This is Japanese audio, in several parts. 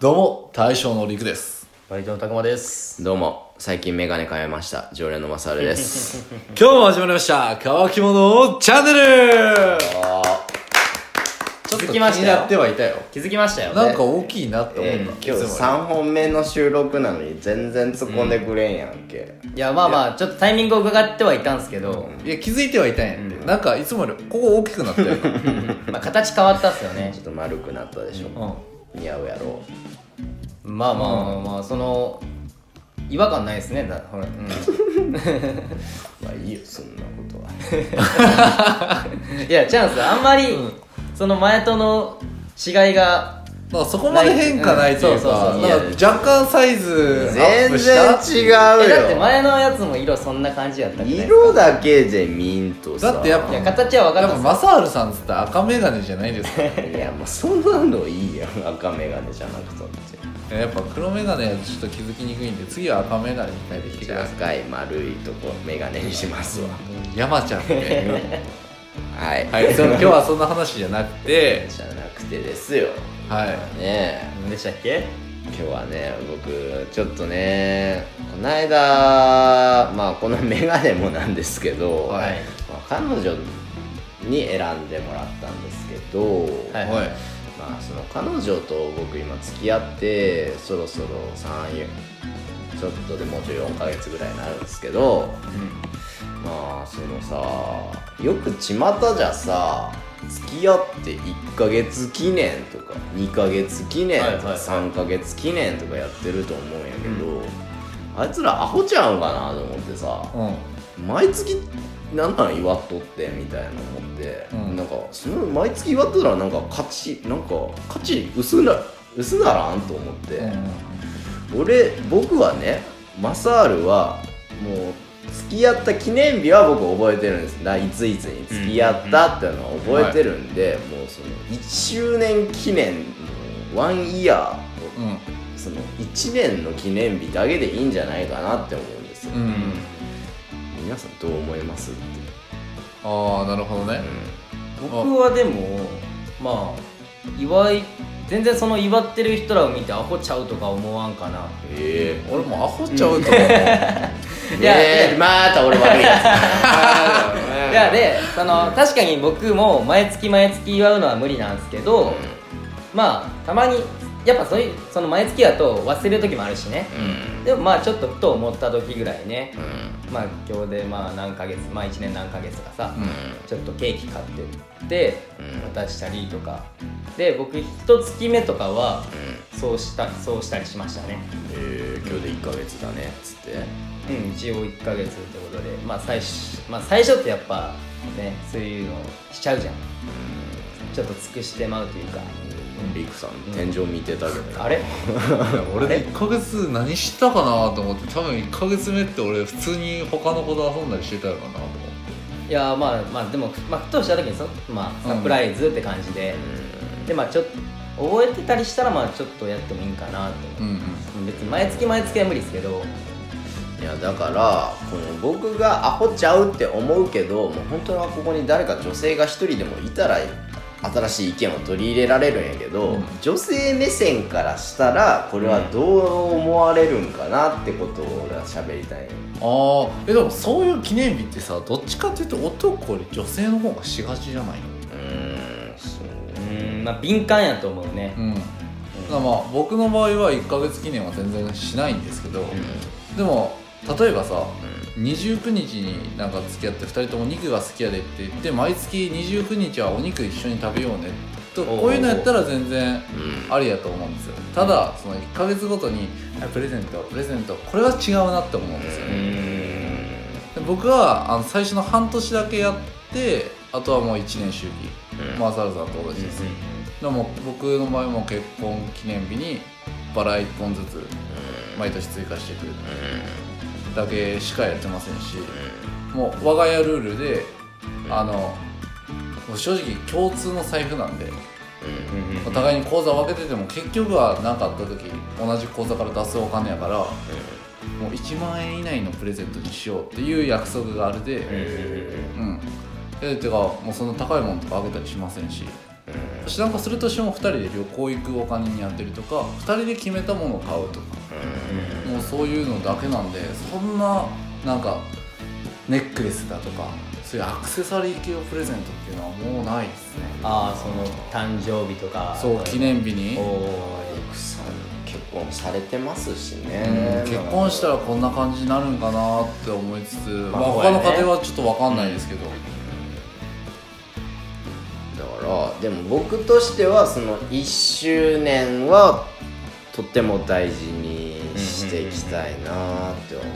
どうも大将のりくです。 バイトのたくまです。 どうも、最近メガネ変えました。常連のまさるです。 今日も始まりました。乾き物チャンネル。 気づきましたよ。 気になってはいたよ。 気づきましたよ。 なんか大きいなって思った。 今日3本目の収録なのに全然突っ込んでくれんやんけ。 いやまあちょっとタイミングを伺ってはいたんですけど、 いや気づいてはいたんやって、なんかいつもよりここ大きくなったよ。 まあ形変わったっすよねちょっと丸くなったでしょ。似合うやろ。 まあその違和感ないですね。ほら、 まあいいよそんなことは。 いやチャンスあんまり、その前との違いがなんかそこまで変化ないというか、なんか若干サイズアップした。 全然違うよ。 だって前のやつも色そんな感じやったじゃないですか。 色だけでミントさ。 だってやっぱいや形は分かやっぱったんマサールさんっつったら赤メガネじゃないですか。 いやもうそんなのいいやん。赤メガネじゃなくたって。 やっぱ黒メガネはちょっと気づきにくいんで、次は赤メガネに変えてきてください。 赤い丸いとこメガネにしますわ。 山ちゃんね。 はいはい、今日はそんな話じゃなくて、 じゃなくてですよ。 はいねえ。 何でしたっけ？ 今日はね、僕ちょっとね、この間まあこのメガネもなんですけど、 はい、 まあ、彼女に選んでもらったんですけど、 はいはい、 まあその彼女と僕今付き合ってそろそろちょっとでもうちょい4ヶ月ぐらいになるんですけど、まあそのさ、よく巷じゃさ、付き合って1ヶ月記念とか2ヶ月記念とか3ヶ月記念とかやってると思うんやけど、あいつらアホちゃうんかなと思ってさ、毎月なんなん祝っとってみたいな思って、なんかその毎月祝っとたらなんか価値薄ならんと思って、僕はね、マサールはもう付き合った記念日は僕覚えてるんです。いついつに付き合ったっていうのは覚えてるんで、もうその1周年記念の1イヤー、その1年の記念日だけでいいんじゃないかなって思うんですよ。皆さんどう思いますって。 ああ、なるほどね。 僕はでもまあ全然その祝ってる人らを見てアホちゃうとか思わんかな。 俺もアホちゃうと思う。 いやまた俺悪いやつ。 いやで確かに僕も毎月祝うのは無理なんですけど、まあたまにやっぱその毎月だと忘れる時もあるしね、でもまあちょっとふと思った時ぐらいね、まあ今日でまあ何ヶ月、まあ1年何ヶ月とかさ、ちょっとケーキ買ってって渡したりとかで、僕1月目とかはそうしたりしましたね。 今日で1ヶ月だねっつって、 一応1ヶ月ってことで、まあ最初ってやっぱね、そういうのしちゃうじゃん、ちょっと尽くしてまうというか。 リクさん天井見てたけど、 あれ俺で1ヶ月何したかなと思って、多分1ヶ月目って俺普通に他の子と遊んだりしてたのかなと思って。 いやまあでも、ふとした時にサプライズって感じで、でちょっと覚えてたりしたらちょっとやってもいいんかなと思って、別に毎月は無理ですけど。 いやだからこの僕がアホちゃうって思うけど、もう本当はここに誰か女性が一人でもいたら新しい意見を取り入れられるんやけど、女性目線からしたらこれはどう思われるんかなってことを俺は喋りたい。 でもそういう記念日ってさ、どっちかっていうと男より女性の方がしがちじゃないの？ 敏感やと思うね。 まあ僕の場合は1ヶ月記念は全然しないんですけど、でも例えばさ、29日になんか付き合って2人とも肉が好きやでって言って、毎月29日はお肉一緒に食べようねと、こういうのやったら全然ありやと思うんですよ。ただその1ヶ月ごとにプレゼントこれは違うなって思うんですよね。で僕は最初の半年だけやって、あとはもう1年周期、マーサルさんと同じです。でも僕の場合も結婚記念日にバラ1本ずつ毎年追加してくるだけしかやってませんし、もう我が家ルールでもう正直共通の財布なんで、お互いに口座を分けてても結局は何かあった時同じ口座から出すお金やから、もう1万円以内のプレゼントにしようっていう約束があるで、てかもうそんな高いものとかあげたりしませんし、 なんかするとしても2人で旅行行くお金にやってるとか2人で決めたものを買うとか、もうそういうのだけなんで、そんななんかネックレスだとかそういうアクセサリー系をプレゼントっていうのはもうないですね。 ああ、その誕生日とかそう記念日に奥さん結婚されてますしね、 結婚したらこんな感じになるんかなって思いつつ、 まあ他の家庭はちょっと分かんないですけど、 だからでも僕としてはその1周年はとっても大事にしていきたいなって思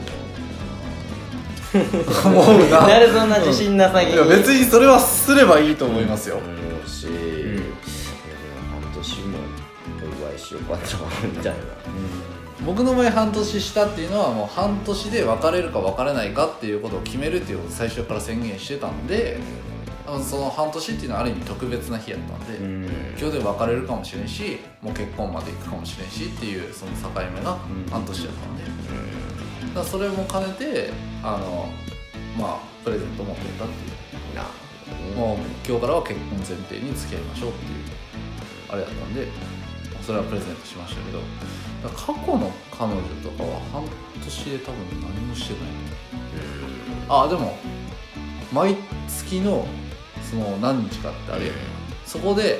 思うな。 なるそんな自信なさげに。 いや別にそれはすればいいと思いますよ。 うし、半年もお祝いしようかなみたいな。 僕の場合半年したっていうのはもう半年で別れるか別れないかっていうことを決めるっていうことを最初から宣言してたんで、その半年っていうのはある意味特別な日やったんで、今日で別れるかもしれんし、もう結婚まで行くかもしれんしっていうその境目が半年やったんで、だからそれも兼ねてプレゼントを持ってったっていう、もう今日からは結婚前提に付き合いましょうっていうあれやったんで、それはプレゼントしましたけど、だから過去の彼女とかは半年で多分何もしてない。でも毎月のその何日かってあれやね、そこで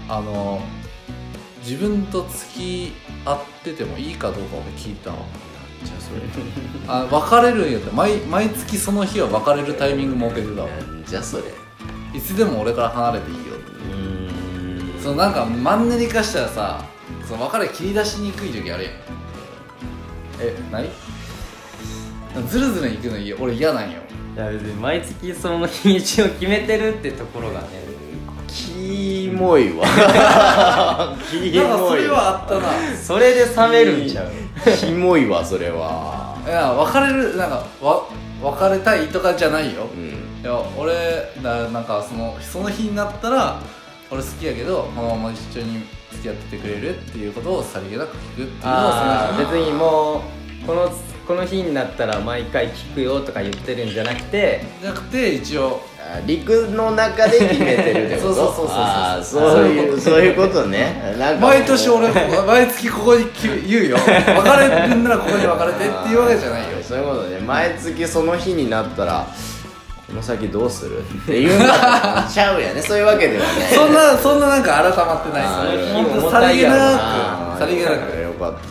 自分と付き合っててもいいかどうか俺聞いたわ。じゃあそれ別れるんやったら毎月その日は別れるタイミング設けてたわ。 じゃあそれいつでも俺から離れていいよ。そのなんかマンネリ化したらさ、その別れ切り出しにくい時あるやん。何ずるずるいくの俺嫌なんよ。 いや別に毎月その日にちを決めてるってところがね、 キモいわ。キモいわ。 なんかそれはあったな。 それで冷めるんちゃう。 キモいわそれは。 いや別れるなんか別れたいとかじゃないよ。いや俺なんかその日になったら俺好きやけどこのまま一緒に付き合っててくれるっていうことをさりげなく聞くっていうのを別にもうこの日になったら毎回聞くよとか言ってるんじゃなくて一応陸の中で決めてるってこと。そういうことね。なんか毎年俺毎月ここに言うよ。別れるんならここに別れてっていうわけじゃないよ。 そういうことね。毎月その日になったらこの先どうするっていうのがちゃうやね。そういうわけではね。 そんななんか改まってないです。本当さりげなくよかった、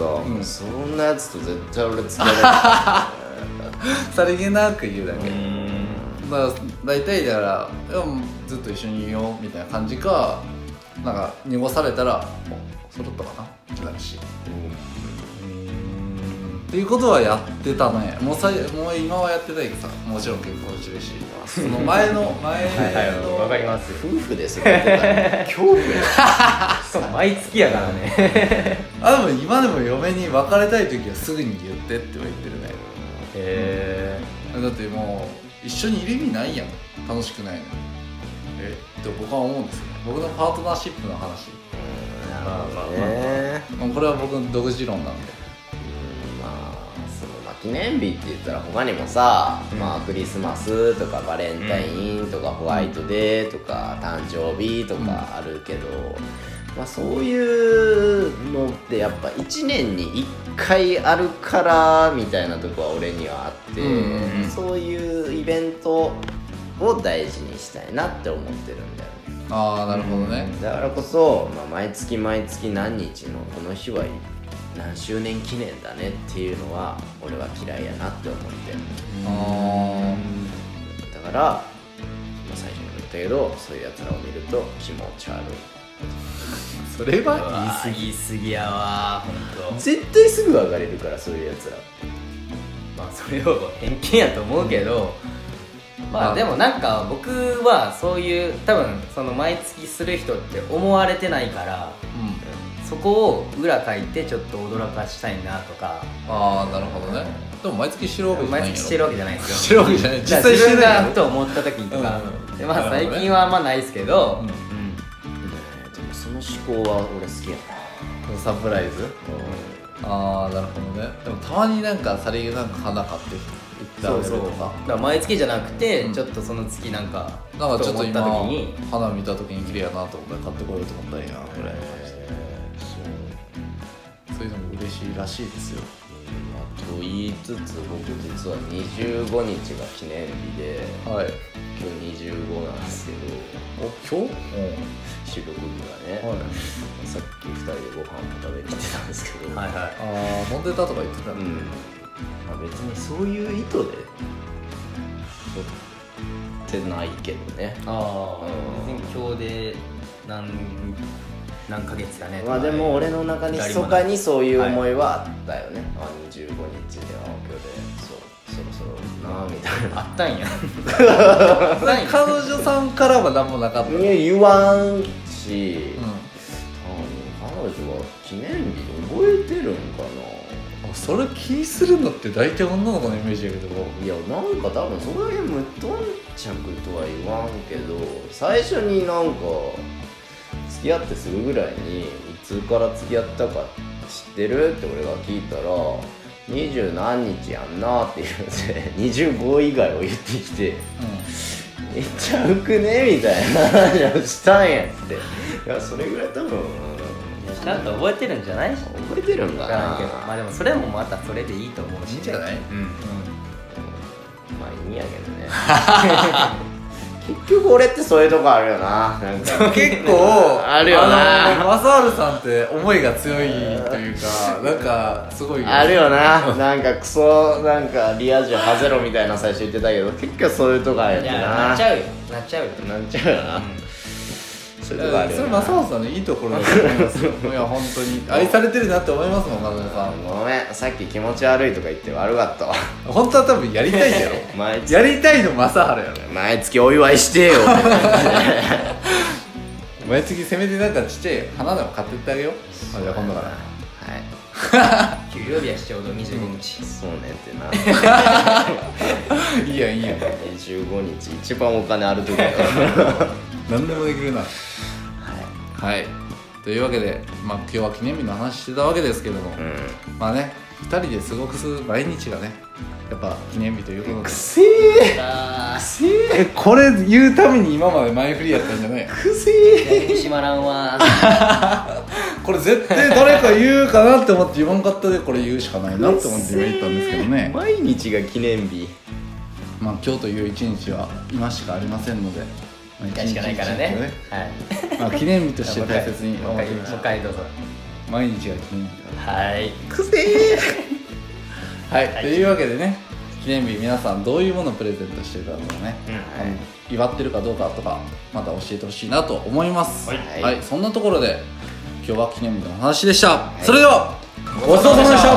そんなやつと絶対俺付き合えないさりげなく言うだけ。大体だからずっと一緒にいようみたいな感じか、なんか濁されたら揃ったかなってなるし、っていうことはやってたね。もう今はやってないけどさ、もちろん結婚してるし、その前のわかります。 夫婦ですよね。恐怖や。 毎月やからね。 でも今でも嫁に別れたい時はすぐに言ってっては言ってるね。だってもう一緒にいる意味ないやん、楽しくないのって僕は思うんですよね。僕のパートナーシップの話。これは僕の独自論なんで。 記念日って言ったら他にもさ、クリスマスとかバレンタインとかホワイトデーとか誕生日とかあるけど、そういうのってやっぱ1年に1回あるからみたいなとこは俺にはあって、そういうイベントを大事にしたいなって思ってるんだよね。 なるほどね。 だからこそ、毎月毎月何日のこの日は何周年記念だねっていうのは俺は嫌いやなって思ってる。だから最初に言ったけど、そういうやつらを見ると気持ち悪い。 それは言い過ぎやわ、本当。 絶対すぐ別れるから、そういうやつら。 それを偏見やと思うけど、でもなんか僕はそういう多分その毎月する人って思われてないから、そこを裏書いてちょっと驚かしたいなとか。 なるほどね。でも毎月してるわけじゃないよ。 毎月してるわけじゃないですよ。 してるわけじゃない。実際して自分ないがふと思った時にとか。最近はあんまないですけど。でもその思考は俺好きやな。 サプライズ。なるほどね。でもたまになんかさりげなく花買って売っそうそう、だから毎月じゃなくて、ちょっとその月なんかなんかちょっと今思った時に花見た時に綺麗やなと思って買ってこようと思ったんやぐらいの感じで、そういうのも嬉しいらしいですよ。 と言いつつ僕実は25日が記念日で、 はい、 今日25なんですけど、 今日収録日がね、 はい、 さっき2人でご飯も食べに行ってたんですけど、 はいはい、 ああ飲んでたとか言ってたの、 まあ、別にそういう意図で撮ってないけどね。 ああ、別に今日で何ヶ月だねとか、 まあでも俺の中に密かにそういう思いはあったよね、はい、25日で今日でそろそろなみたいなあったんや彼女さんからは何もなかった。 いや言わんし、彼女は記念日覚えてるんかな。 それ気にするのって大体女の子のイメージやけど、 いやなんか多分そこら辺無頓着とは言わんけど、最初になんか付き合ってすぐぐらいにいつから付き合ったか知ってるって俺が聞いたら20何日やんなって言って25以外を言ってきて、めっちゃ浮くねみたいな話をしたんやって。いやそれぐらい多分ちゃんと覚えてるんじゃない？ 覚えてるんかな。 まあでもそれもまたそれでいいと思うし、 いいんじゃない？ まあいいんやけどね結局俺ってそういうとこあるよな。なんか結構あるよな。 正治さんって思いが強いというか、なんかすごいあるよな。なんかクソなんかリア充ハゼロみたいな最初言ってたけど、結局そういうとこあるよな。 いやなっちゃうよなっちゃうよな、そういうとこあるよな。 それ正治さんのいいところだと思いますよいや本当に愛されてるなって思いますもん、彼女さん。 ごめん、さっき気持ち悪いとか言って悪かったわ本当は多分やりたいんだよ毎月やりたいの正治やろ。 毎月お祝いしてよ毎月せめてなんかちっちゃい花でも買ってってあげよう。じゃあ今度からはい給料日やしちょうど25日、 そうねってないいやいいや 25日一番お金ある時だから何でもできるな。はいというわけで、まあ、今日は記念日の話してたわけですけども、まあね2人で過ごす毎日がねやっぱ記念日ということで。 くせえこれ言うために今まで前振りやったんじゃない？ くせえ閉まらんわこれ絶対誰か言うかなって思って自分勝手でこれ言うしかないなって思って今言ったんですけどね。 毎日が記念日。 まあ今日という一日は今しかありませんので、まあ、 1回しかないからね。はい。 まあ記念日として大切に思ってみましょう。 もう一回どうぞ。 毎日が記念日だ。 はい。 くせえはい、というわけでね、記念日皆さんどういうものをプレゼントしてるかとかね、祝ってるかどうかとかまた教えてほしいなと思います。はい、そんなところで今日は記念日のお話でした。それではごちそうさまでした。